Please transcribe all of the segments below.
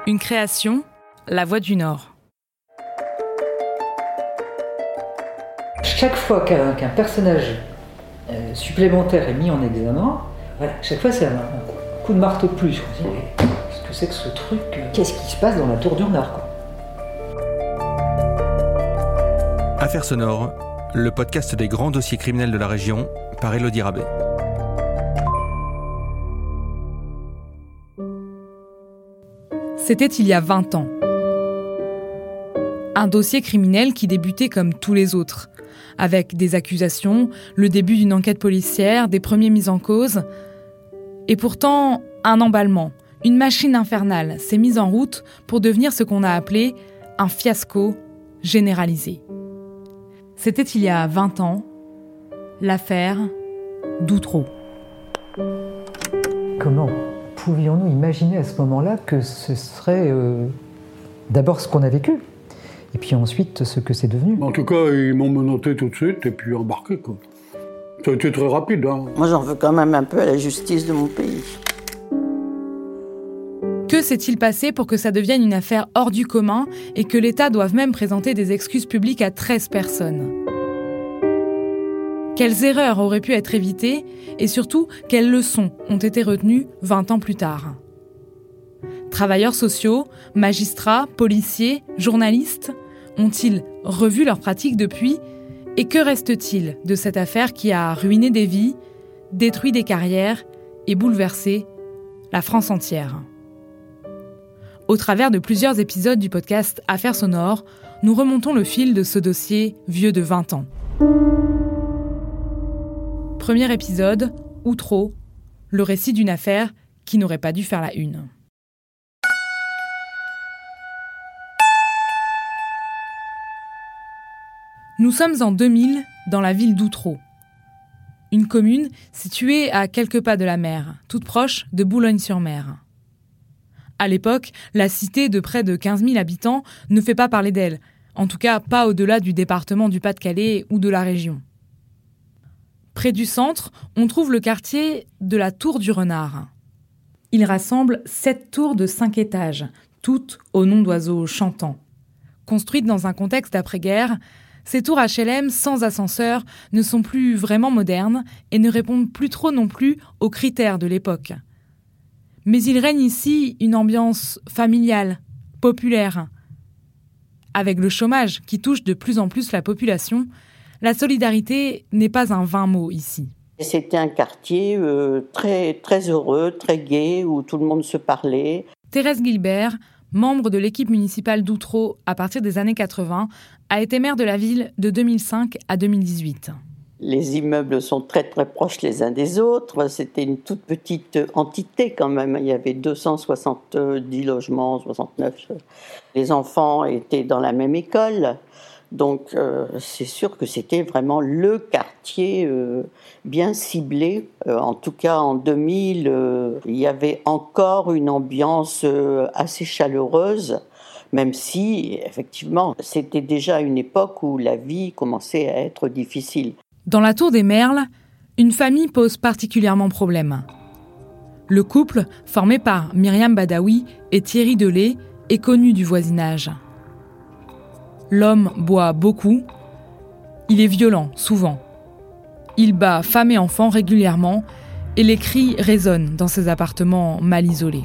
Une création, La Voix du Nord. Chaque fois qu'un personnage supplémentaire est mis en examen, voilà, chaque fois c'est un coup de marteau de plus. On se dit, qu'est-ce que c'est que ce truc ? Qu'est-ce qui se passe dans la tour du renard, quoi ? Affaires sonores, le podcast des grands dossiers criminels de la région, par Élodie Rabet. C'était il y a 20 ans. Un dossier criminel qui débutait comme tous les autres, avec des accusations, le début d'une enquête policière, des premiers mises en cause. Et pourtant, un emballement, une machine infernale s'est mise en route pour devenir ce qu'on a appelé un fiasco généralisé. C'était il y a 20 ans, l'affaire d'Outreau. Comment pouvions-nous imaginer à ce moment-là que ce serait d'abord ce qu'on a vécu, et puis ensuite ce que c'est devenu ? En tout cas, ils m'ont menotté tout de suite et puis embarqué, quoi. Ça a été très rapide, hein. Moi, j'en veux quand même un peu à la justice de mon pays. Que s'est-il passé pour que ça devienne une affaire hors du commun et que l'État doive même présenter des excuses publiques à 13 personnes ? Quelles erreurs auraient pu être évitées et surtout, quelles leçons ont été retenues 20 ans plus tard ? Travailleurs sociaux, magistrats, policiers, journalistes ont-ils revu leurs pratiques depuis ? Et que reste-t-il de cette affaire qui a ruiné des vies, détruit des carrières et bouleversé la France entière ? Au travers de plusieurs épisodes du podcast Affaires sonores, nous remontons le fil de ce dossier vieux de 20 ans. Premier épisode, Outreau, le récit d'une affaire qui n'aurait pas dû faire la une. Nous sommes en 2000 dans la ville d'Outreau. Une commune située à quelques pas de la mer, toute proche de Boulogne-sur-Mer. À l'époque, la cité de près de 15 000 habitants ne fait pas parler d'elle, en tout cas pas au-delà du département du Pas-de-Calais ou de la région. Près du centre, on trouve le quartier de la Tour du Renard. Il rassemble 7 tours de 5 étages, toutes au nom d'oiseaux chantants. Construites dans un contexte d'après-guerre, ces tours HLM sans ascenseur ne sont plus vraiment modernes et ne répondent plus trop non plus aux critères de l'époque. Mais il règne ici une ambiance familiale, populaire. Avec le chômage qui touche de plus en plus la population, la solidarité n'est pas un vain mot ici. C'était un quartier très, très heureux, très gai, où tout le monde se parlait. Thérèse Gilbert, membre de l'équipe municipale d'Outreau à partir des années 80, a été maire de la ville de 2005 à 2018. Les immeubles sont très très proches les uns des autres. C'était une toute petite entité quand même. Il y avait 270 logements, 69. Les enfants étaient dans la même école. Donc c'est sûr que c'était vraiment le quartier bien ciblé. En tout cas en 2000, il y avait encore une ambiance assez chaleureuse, même si effectivement c'était déjà une époque où la vie commençait à être difficile. Dans la Tour des Merles, une famille pose particulièrement problème. Le couple, formé par Myriam Badaoui et Thierry Delay, est connu du voisinage. L'homme boit beaucoup, il est violent, souvent. Il bat femme et enfants régulièrement et les cris résonnent dans ses appartements mal isolés.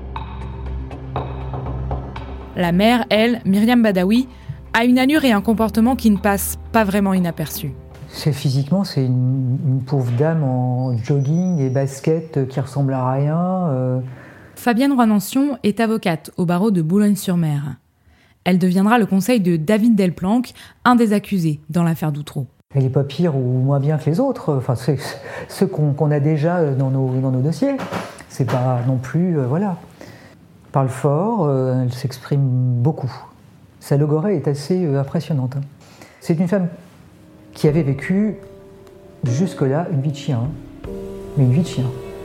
La mère, elle, Myriam Badaoui, a une allure et un comportement qui ne passent pas vraiment inaperçus. Physiquement, c'est une pauvre dame en jogging et basket qui ressemble à rien. Fabienne Roy-Nancion est avocate au barreau de Boulogne-sur-Mer. Elle deviendra le conseil de David Delplanque, un des accusés dans l'affaire d'Outreau. Elle n'est pas pire ou moins bien que les autres. Enfin, c'est ceux qu'on a déjà dans nos dossiers. C'est pas non plus... voilà. Elle parle fort, elle s'exprime beaucoup. Sa logorrhée est assez impressionnante. C'est une femme qui avait vécu jusque-là une vie de chien. Mais une vie de chien.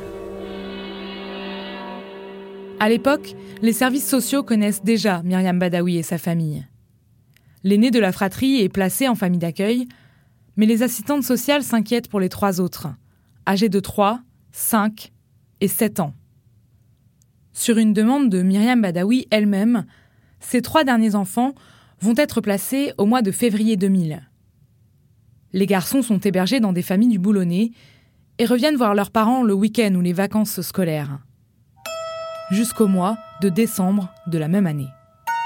À l'époque, les services sociaux connaissent déjà Myriam Badaoui et sa famille. L'aîné de la fratrie est placé en famille d'accueil, mais les assistantes sociales s'inquiètent pour les 3 autres, âgés de 3, 5 et 7 ans. sur une demande de Myriam Badawi elle-même, ces 3 derniers enfants vont être placés au mois de février 2000. Les garçons sont hébergés dans des familles du Boulonnais et reviennent voir leurs parents le week-end ou les vacances scolaires. Jusqu'au mois de décembre de la même année.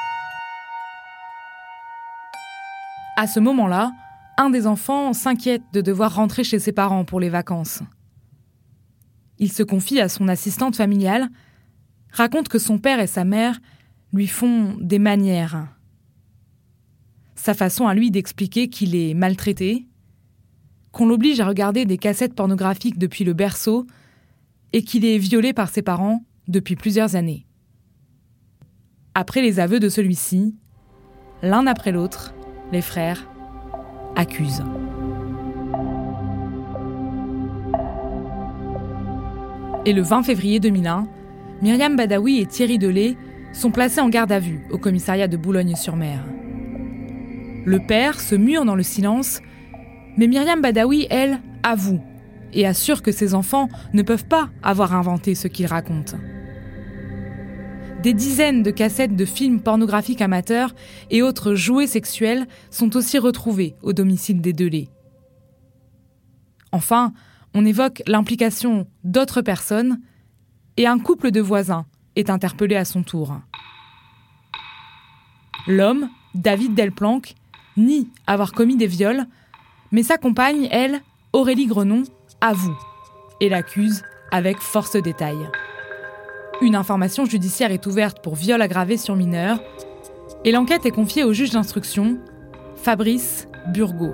À ce moment-là, un des enfants s'inquiète de devoir rentrer chez ses parents pour les vacances. Il se confie à son assistante familiale, raconte que son père et sa mère lui font des manières. Sa façon à lui d'expliquer qu'il est maltraité, qu'on l'oblige à regarder des cassettes pornographiques depuis le berceau et qu'il est violé par ses parents depuis plusieurs années. Après les aveux de celui-ci, l'un après l'autre, les frères accusent. Et le 20 février 2001, Myriam Badawi et Thierry Delay sont placés en garde à vue au commissariat de Boulogne-sur-Mer. Le père se mure dans le silence, mais Myriam Badawi, elle, avoue et assure que ses enfants ne peuvent pas avoir inventé ce qu'ils racontent. Des dizaines de cassettes de films pornographiques amateurs et autres jouets sexuels sont aussi retrouvés au domicile des Delay. Enfin, on évoque l'implication d'autres personnes et un couple de voisins est interpellé à son tour. L'homme, David Delplanque, nie avoir commis des viols, mais sa compagne, elle, Aurélie Grenon, avoue et l'accuse avec force détails. Une information judiciaire est ouverte pour viol aggravé sur mineur et l'enquête est confiée au juge d'instruction, Fabrice Burgot.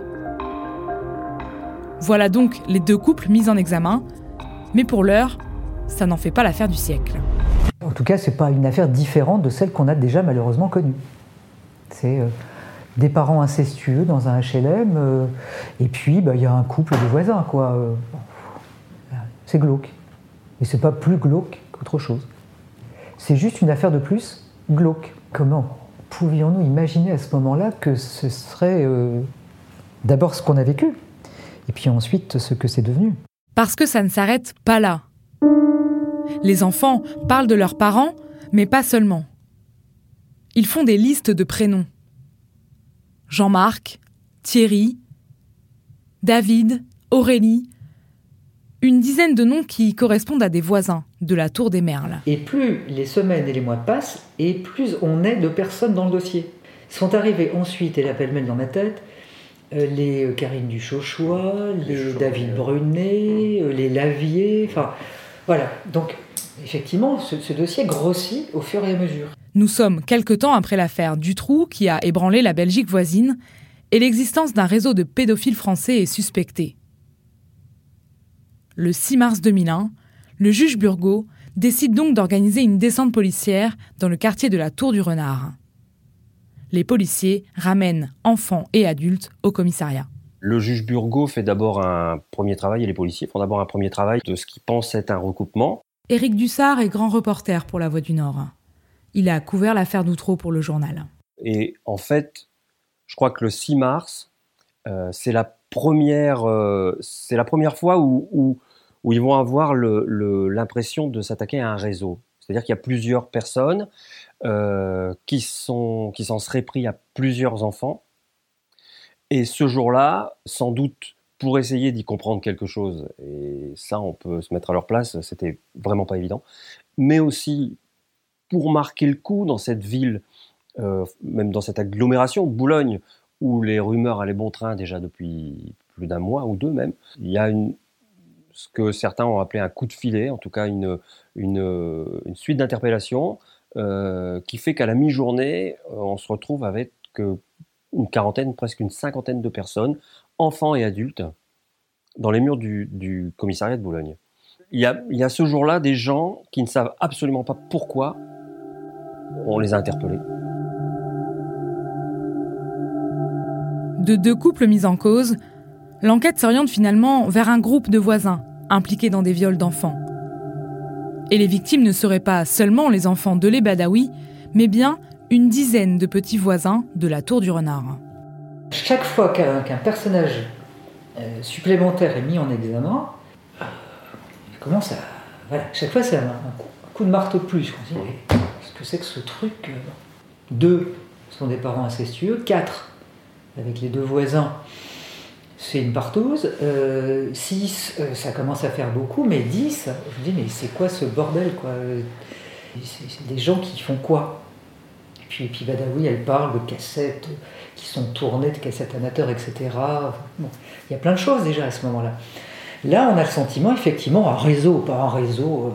Voilà donc les 2 couples mis en examen, mais pour l'heure, ça n'en fait pas l'affaire du siècle. En tout cas, c'est pas une affaire différente de celle qu'on a déjà malheureusement connue. C'est des parents incestueux dans un HLM, et puis il y a un couple de voisins, quoi. C'est glauque. Et c'est pas plus glauque qu'autre chose. C'est juste une affaire de plus glauque. Comment pouvions-nous imaginer à ce moment-là que ce serait d'abord ce qu'on a vécu, et puis ensuite ce que c'est devenu? Parce que ça ne s'arrête pas là. Les enfants parlent de leurs parents, mais pas seulement. Ils font des listes de prénoms. Jean-Marc, Thierry, David, Aurélie. Une dizaine de noms qui correspondent à des voisins de la Tour des Merles. Et plus les semaines et les mois passent, et plus on est de personnes dans le dossier. Sont arrivés ensuite, et la pêle-mêle dans ma tête, les Karine Duchauchois, les David Brunet, les Lavier, enfin voilà. Donc effectivement, ce dossier grossit au fur et à mesure. Nous sommes quelque temps après l'affaire Dutroux qui a ébranlé la Belgique voisine et l'existence d'un réseau de pédophiles français est suspectée. Le 6 mars 2001, le juge Burgot décide donc d'organiser une descente policière dans le quartier de la Tour du Renard. Les policiers ramènent enfants et adultes au commissariat. Le juge Burgot fait d'abord un premier travail, et les policiers font d'abord un premier travail de ce qu'ils pensent être un recoupement. Éric Dussart est grand reporter pour La Voix du Nord. Il a couvert l'affaire Dutroux pour le journal. Et en fait, je crois que le 6 mars, c'est la première fois où ils vont avoir l'impression de s'attaquer à un réseau. C'est-à-dire qu'il y a plusieurs personnes qui s'en seraient pris à plusieurs enfants. Et ce jour-là, sans doute pour essayer d'y comprendre quelque chose, et ça on peut se mettre à leur place, c'était vraiment pas évident, mais aussi pour marquer le coup dans cette ville, même dans cette agglomération, Boulogne, où les rumeurs allaient bon train déjà depuis plus d'un mois ou 2 même, il y a ce que certains ont appelé un coup de filet, en tout cas une suite d'interpellations qui fait qu'à la mi-journée, on se retrouve avec une quarantaine, presque une cinquantaine de personnes, enfants et adultes, dans les murs du commissariat de Boulogne. Il y a ce jour-là des gens qui ne savent absolument pas pourquoi on les a interpellés. De 2 couples mis en cause, l'enquête s'oriente finalement vers un groupe de voisins impliqués dans des viols d'enfants. Et les victimes ne seraient pas seulement les enfants Delay Badawi, mais bien une dizaine de petits voisins de la Tour du Renard. Chaque fois qu'un personnage supplémentaire est mis en examen, commence à... Voilà, chaque fois c'est un coup. coup de marteau de plus. On se dit, mais qu'est-ce que c'est que ce truc 2 sont des parents incestueux. 4, avec les 2 voisins, c'est une partouze. 6, ça commence à faire beaucoup, mais 10, je me dis, mais c'est quoi ce bordel, quoi? C'est des gens qui font quoi? Et puis Badawi, elle parle de cassettes qui sont tournées, de cassettes amateurs, etc. Bon, il y a plein de choses déjà à ce moment-là. Là, on a le sentiment, effectivement, un réseau, pas un réseau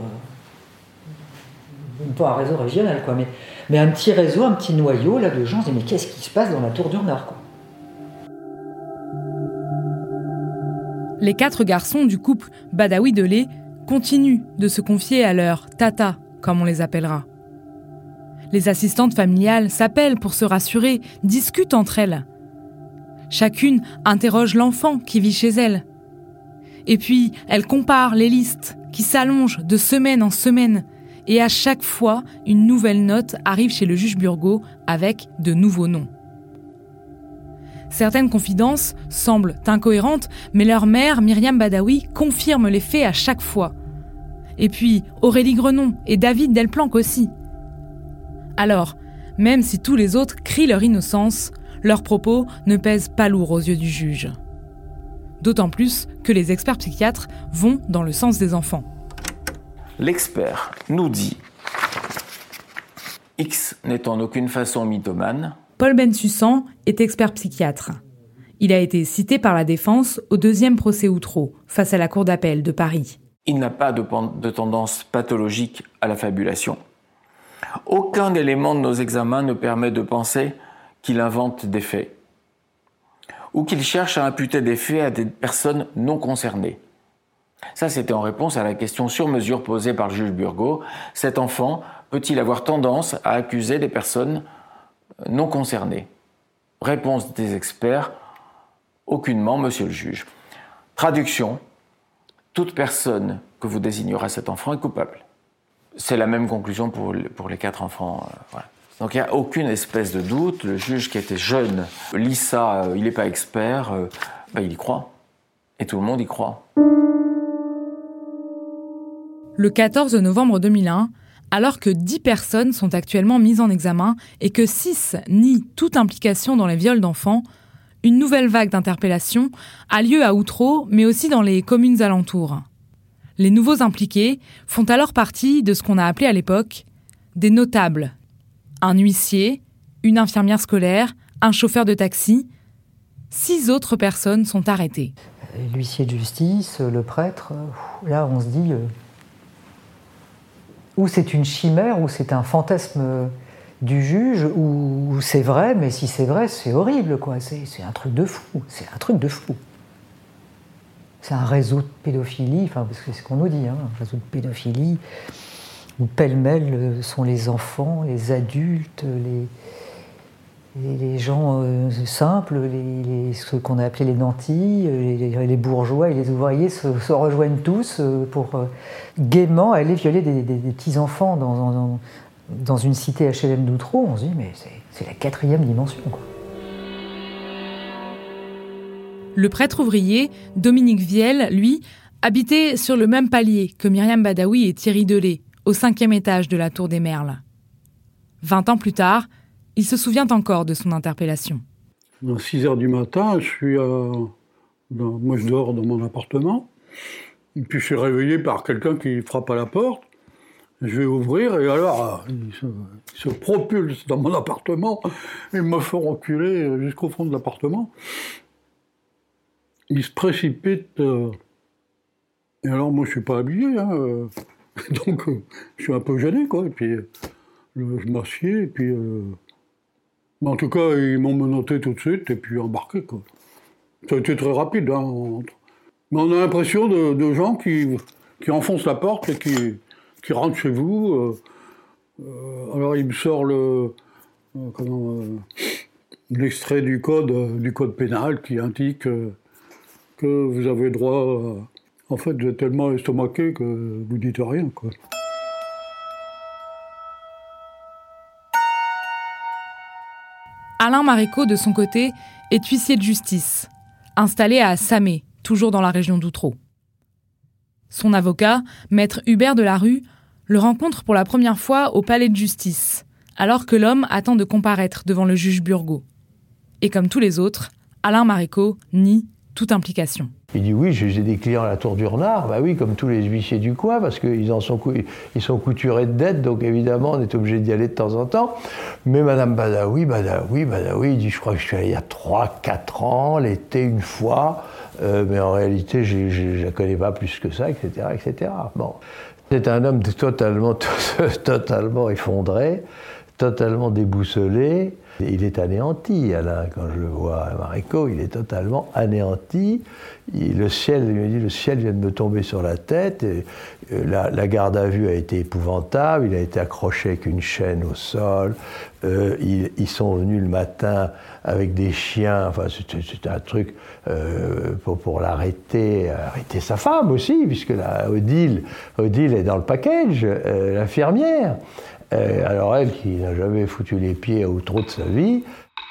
régional, quoi, mais un petit réseau, un petit noyau là, de gens, on se dit, mais qu'est-ce qui se passe dans la tour d'Urnard, quoi? Les 4 garçons du couple Badawi-Delay continuent de se confier à leur tata, comme on les appellera. Les assistantes familiales s'appellent pour se rassurer, discutent entre elles. Chacune interroge l'enfant qui vit chez elle. Et puis, elles comparent les listes qui s'allongent de semaine en semaine. Et à chaque fois, une nouvelle note arrive chez le juge Burgot avec de nouveaux noms. Certaines confidences semblent incohérentes, mais leur mère, Myriam Badawi, confirme les faits à chaque fois. Et puis, Aurélie Grenon et David Delplanque aussi. Alors, même si tous les autres crient leur innocence, leurs propos ne pèsent pas lourd aux yeux du juge. D'autant plus que les experts psychiatres vont dans le sens des enfants. L'expert nous dit X n'est en aucune façon mythomane. Paul Bensussan est expert psychiatre. Il a été cité par la défense au 2e procès Outreau, face à la Cour d'appel de Paris. Il n'a pas de tendance pathologique à la fabulation. Aucun élément de nos examens ne permet de penser qu'il invente des faits ou qu'il cherche à imputer des faits à des personnes non concernées. Ça, c'était en réponse à la question sur mesure posée par le juge Burgot. Cet enfant peut-il avoir tendance à accuser des personnes non concernées? Réponse des experts, aucunement, monsieur le juge. Traduction, toute personne que vous désignerez cet enfant est coupable. C'est la même conclusion pour les 4 enfants. Voilà. Donc il n'y a aucune espèce de doute. Le juge qui était jeune lit ça, il n'est pas expert, il y croit. Et tout le monde y croit. Le 14 novembre 2001, alors que 10 personnes sont actuellement mises en examen et que 6 nient toute implication dans les viols d'enfants, une nouvelle vague d'interpellations a lieu à Outreau, mais aussi dans les communes alentours. Les nouveaux impliqués font alors partie de ce qu'on a appelé à l'époque des notables. Un huissier, une infirmière scolaire, un chauffeur de taxi. 6 autres personnes sont arrêtées. L'huissier de justice, le prêtre, là on se dit... ou c'est une chimère, ou c'est un fantasme du juge, ou c'est vrai, mais si c'est vrai, c'est horrible, quoi. C'est un truc de fou. C'est un truc de fou. C'est un réseau de pédophilie, enfin, parce que c'est ce qu'on nous dit, un réseau de pédophilie, où pêle-mêle sont les enfants, les adultes, les gens simples, ceux qu'on a appelés les nantis, les bourgeois et les ouvriers se rejoignent tous pour gaiement aller violer des petits-enfants dans une cité HLM d'Outreau. On se dit, mais c'est la 4e dimension, quoi. Le prêtre ouvrier, Dominique Viel, lui, habitait sur le même palier que Myriam Badawi et Thierry Delay, au 5e étage de la Tour des Merles. 20 ans plus tard, il se souvient encore de son interpellation. À 6h du matin, moi je dors dans mon appartement, et puis je suis réveillé par quelqu'un qui frappe à la porte. Je vais ouvrir, et alors il se propulse dans mon appartement, il me fait reculer jusqu'au fond de l'appartement. Il se précipite, et alors moi je suis pas habillé, donc je suis un peu gêné, quoi, et puis je m'assieds, et puis... Mais en tout cas, ils m'ont menotté tout de suite, et puis embarqué, quoi. Ça a été très rapide, Mais on a l'impression de gens qui enfoncent la porte et qui rentrent chez vous. Alors il me sort l'extrait du code pénal qui indique que vous avez droit... en fait, vous êtes tellement estomaqué que vous dites rien, quoi. Alain Maréco, de son côté, est huissier de justice, installé à Samé, toujours dans la région d'Outreau. Son avocat, maître Hubert Delarue, le rencontre pour la première fois au palais de justice, alors que l'homme attend de comparaître devant le juge Burgot. Et comme tous les autres, Alain Marécot nie toute implication. Il dit oui, j'ai des clients à la Tour du Renard, bah oui, comme tous les huissiers du coin, parce qu'ils sont couturés de dettes, donc évidemment on est obligé d'y aller de temps en temps. Mais Madame Badaoui, il dit je crois que je suis allé il y a 3-4 ans, l'été une fois, mais en réalité je la connais pas plus que ça, etc. Bon. C'est un homme totalement effondré, totalement déboussolé. Il est anéanti, Alain, quand je le vois à Marécot, il est totalement anéanti. Il me dit, le ciel vient de me tomber sur la tête. Et la garde à vue a été épouvantable, il a été accroché avec une chaîne au sol. Ils sont venus le matin avec des chiens, enfin c'était un truc pour l'arrêter, arrêter sa femme aussi, puisque Odile est dans le package, l'infirmière. Alors elle, qui n'a jamais foutu les pieds à Outreau de sa vie.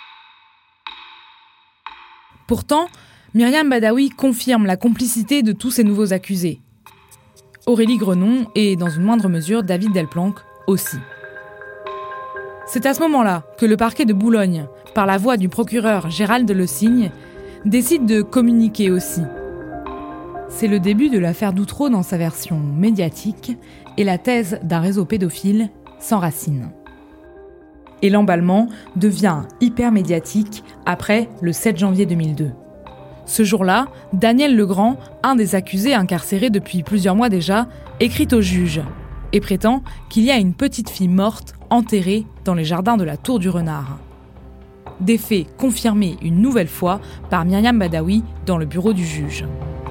Pourtant, Myriam Badaoui confirme la complicité de tous ces nouveaux accusés. Aurélie Grenon et, dans une moindre mesure, David Delplanque aussi. C'est à ce moment-là que le parquet de Boulogne, par la voix du procureur Gérald Lesigne, décide de communiquer aussi. C'est le début de l'affaire d'Outreau dans sa version médiatique et la thèse d'un réseau pédophile s'enracine. Et l'emballement devient hyper médiatique après le 7 janvier 2002. Ce jour-là, Daniel Legrand, un des accusés incarcérés depuis plusieurs mois déjà, écrit au juge et prétend qu'il y a une petite fille morte enterrée dans les jardins de la Tour du Renard. Des faits confirmés une nouvelle fois par Myriam Badaoui dans le bureau du juge.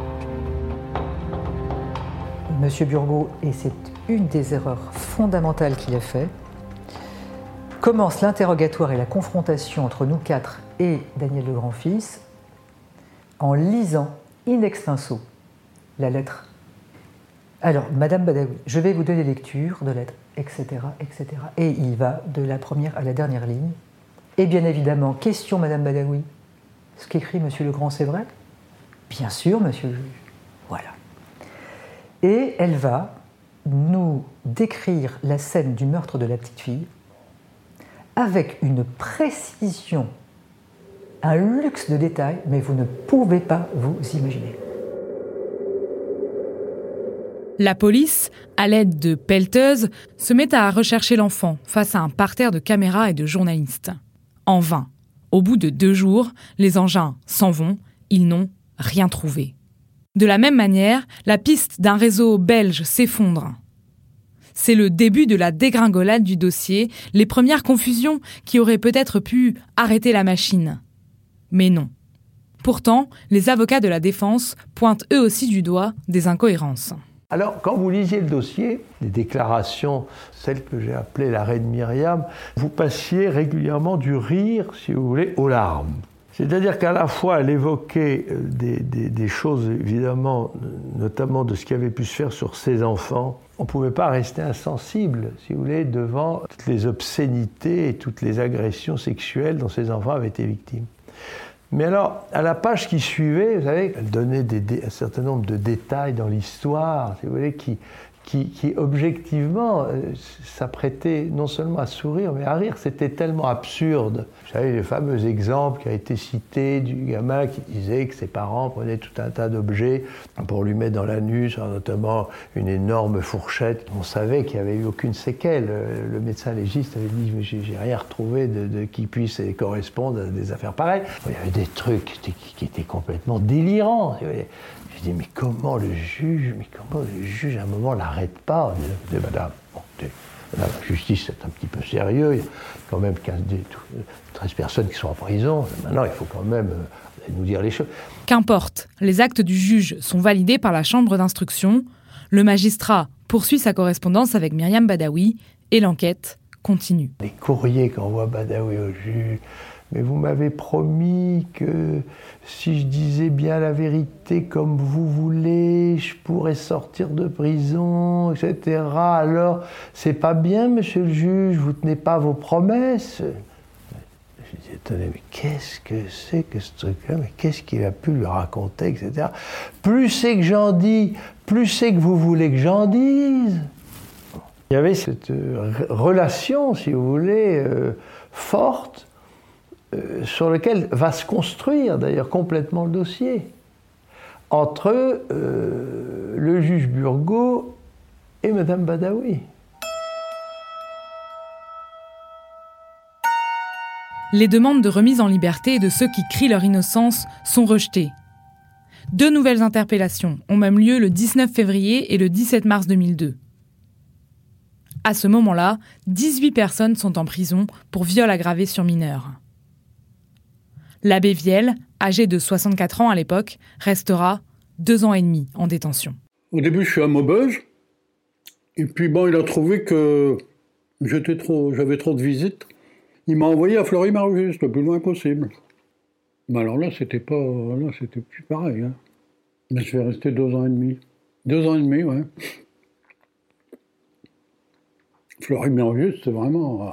Monsieur Burgot, et c'est une des erreurs fondamentales qu'il a fait, commence l'interrogatoire et la confrontation entre nous quatre et Daniel Legrand fils en lisant in extenso la lettre. Alors, Madame Badaoui, je vais vous donner lecture de lettre, etc., etc. Et il va de la première à la dernière ligne. Et bien évidemment, question Madame Badaoui, ce qu'écrit Monsieur Legrand, c'est vrai ? Bien sûr, Monsieur le juge. Voilà. Et elle va nous décrire la scène du meurtre de la petite fille avec une précision, un luxe de détails, mais vous ne pouvez pas vous imaginer. La police, à l'aide de pelleteuses, se met à rechercher l'enfant face à un parterre de caméras et de journalistes. En vain. Au bout de 2 jours, les engins s'en vont, ils n'ont rien trouvé. De la même manière, la piste d'un réseau belge s'effondre. C'est le début de la dégringolade du dossier, les premières confusions qui auraient peut-être pu arrêter la machine. Mais non. Pourtant, les avocats de la défense pointent eux aussi du doigt des incohérences. Alors, quand vous lisiez le dossier, les déclarations, celles que j'ai appelées l'arrêt de Myriam, vous passiez régulièrement du rire, si vous voulez, aux larmes. C'est-à-dire qu'à la fois, elle évoquait des choses, évidemment, notamment de ce qui avait pu se faire sur ses enfants. On ne pouvait pas rester insensible, si vous voulez, devant toutes les obscénités et toutes les agressions sexuelles dont ses enfants avaient été victimes. Mais alors, à la page qui suivait, vous savez, elle donnait un certain nombre de détails dans l'histoire, si vous voulez, qui objectivement s'apprêtaient non seulement à sourire, mais à rire. C'était tellement absurde. Vous savez, le fameux exemple qui a été cité du gamin qui disait que ses parents prenaient tout un tas d'objets pour lui mettre dans l'anus, notamment une énorme fourchette. On savait qu'il n'y avait eu aucune séquelle. Le médecin légiste avait dit « j'ai rien retrouvé qui puisse correspondre à des affaires pareilles ». Il y avait des trucs qui étaient complètement délirants. Je dis, mais comment le juge, à un moment, l'arrête pas? Je dis, madame, la justice, c'est un petit peu sérieux, il y a quand même 13 personnes qui sont en prison, maintenant, il faut quand même nous dire les choses. Qu'importe, les actes du juge sont validés par la chambre d'instruction, le magistrat poursuit sa correspondance avec Myriam Badaoui et l'enquête continue. Les courriers qu'envoie Badaoui au juge, mais vous m'avez promis que si je disais bien la vérité comme vous voulez, je pourrais sortir de prison, etc. Alors, c'est pas bien, monsieur le juge, vous tenez pas vos promesses. Je dis, attendez, mais qu'est-ce que c'est que ce truc-là? Mais qu'est-ce qu'il a pu lui raconter, etc. Plus c'est que j'en dis, plus c'est que vous voulez que j'en dise. Il y avait cette relation, si vous voulez, forte, sur laquelle va se construire d'ailleurs complètement le dossier, entre le juge Burgot et Madame Badaoui. Les demandes de remise en liberté de ceux qui crient leur innocence sont rejetées. 2 nouvelles interpellations ont même lieu le 19 février et le 17 mars 2002. À ce moment-là, 18 personnes sont en prison pour viol aggravé sur mineurs. L'abbé Viel, âgé de 64 ans à l'époque, restera 2 ans et demi en détention. Au début, je suis à Maubeuge. Et puis, il a trouvé que j'avais trop de visites. Il m'a envoyé à Fleury-Mérogis, le plus loin possible. Mais alors là, c'était plus pareil. Hein. Mais je vais rester 2 ans et demi. 2 ans et demi, ouais. Fleury-Mérogis, c'est vraiment...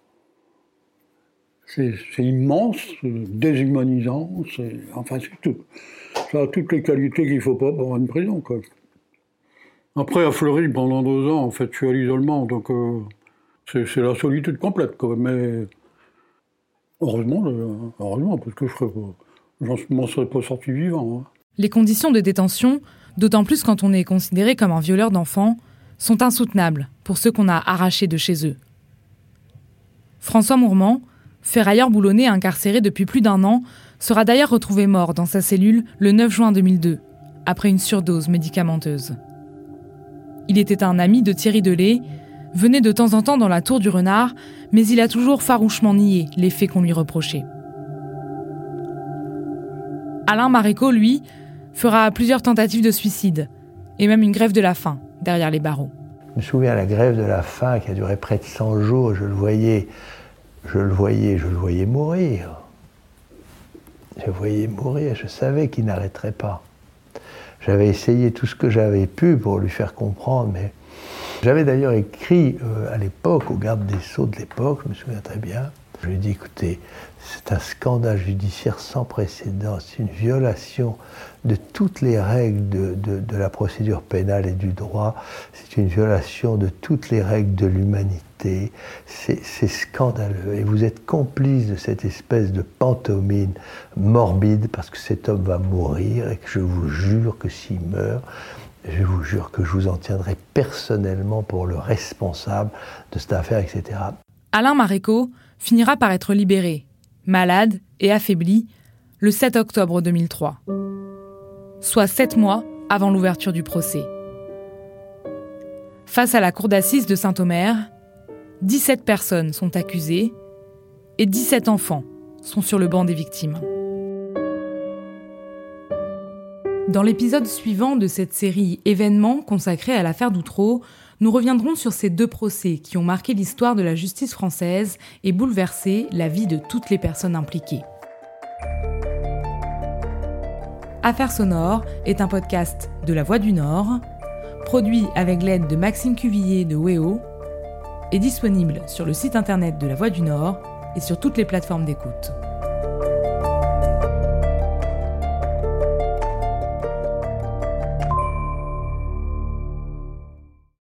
c'est immense, déshumanisant, c'est tout. Ça a toutes les qualités qu'il ne faut pas pour une prison, quoi. Après, à Fleury, pendant 2 ans, en fait, je suis à l'isolement, donc c'est la solitude complète, quoi. Mais heureusement, parce que je m'en serais pas sorti vivant. Hein. Les conditions de détention, d'autant plus quand on est considéré comme un violeur d'enfants, sont insoutenables pour ceux qu'on a arrachés de chez eux. François Mourmand, ferrailleur boulonnais incarcéré depuis plus d'1 an, sera d'ailleurs retrouvé mort dans sa cellule le 9 juin 2002, après une surdose médicamenteuse. Il était un ami de Thierry Delay, venait de temps en temps dans la tour du Renard, mais il a toujours farouchement nié les faits qu'on lui reprochait. Alain Maréco, lui, fera plusieurs tentatives de suicide, et même une grève de la faim derrière les barreaux. Je me souviens de la grève de la faim qui a duré près de 100 jours, je le voyais mourir. Je voyais mourir, je savais qu'il n'arrêterait pas. J'avais essayé tout ce que j'avais pu pour lui faire comprendre, mais j'avais d'ailleurs écrit à l'époque, au garde des Sceaux de l'époque, je me souviens très bien, je lui ai dit, écoutez, c'est un scandale judiciaire sans précédent, c'est une violation de toutes les règles de la procédure pénale et du droit, c'est une violation de toutes les règles de l'humanité, c'est scandaleux. Et vous êtes complice de cette espèce de pantomime morbide parce que cet homme va mourir et que je vous jure que s'il meurt, je vous jure que je vous en tiendrai personnellement pour le responsable de cette affaire, etc. Alain Maréco finira par être libéré, malade et affaibli, le 7 octobre 2003. Soit 7 mois avant l'ouverture du procès. Face à la cour d'assises de Saint-Omer, 17 personnes sont accusées et 17 enfants sont sur le banc des victimes. Dans l'épisode suivant de cette série Événements consacrée à l'affaire d'Outreau, nous reviendrons sur ces 2 procès qui ont marqué l'histoire de la justice française et bouleversé la vie de toutes les personnes impliquées. Affaires sonores est un podcast de La Voix du Nord, produit avec l'aide de Maxime Cuvillier de WEO, et disponible sur le site internet de La Voix du Nord et sur toutes les plateformes d'écoute.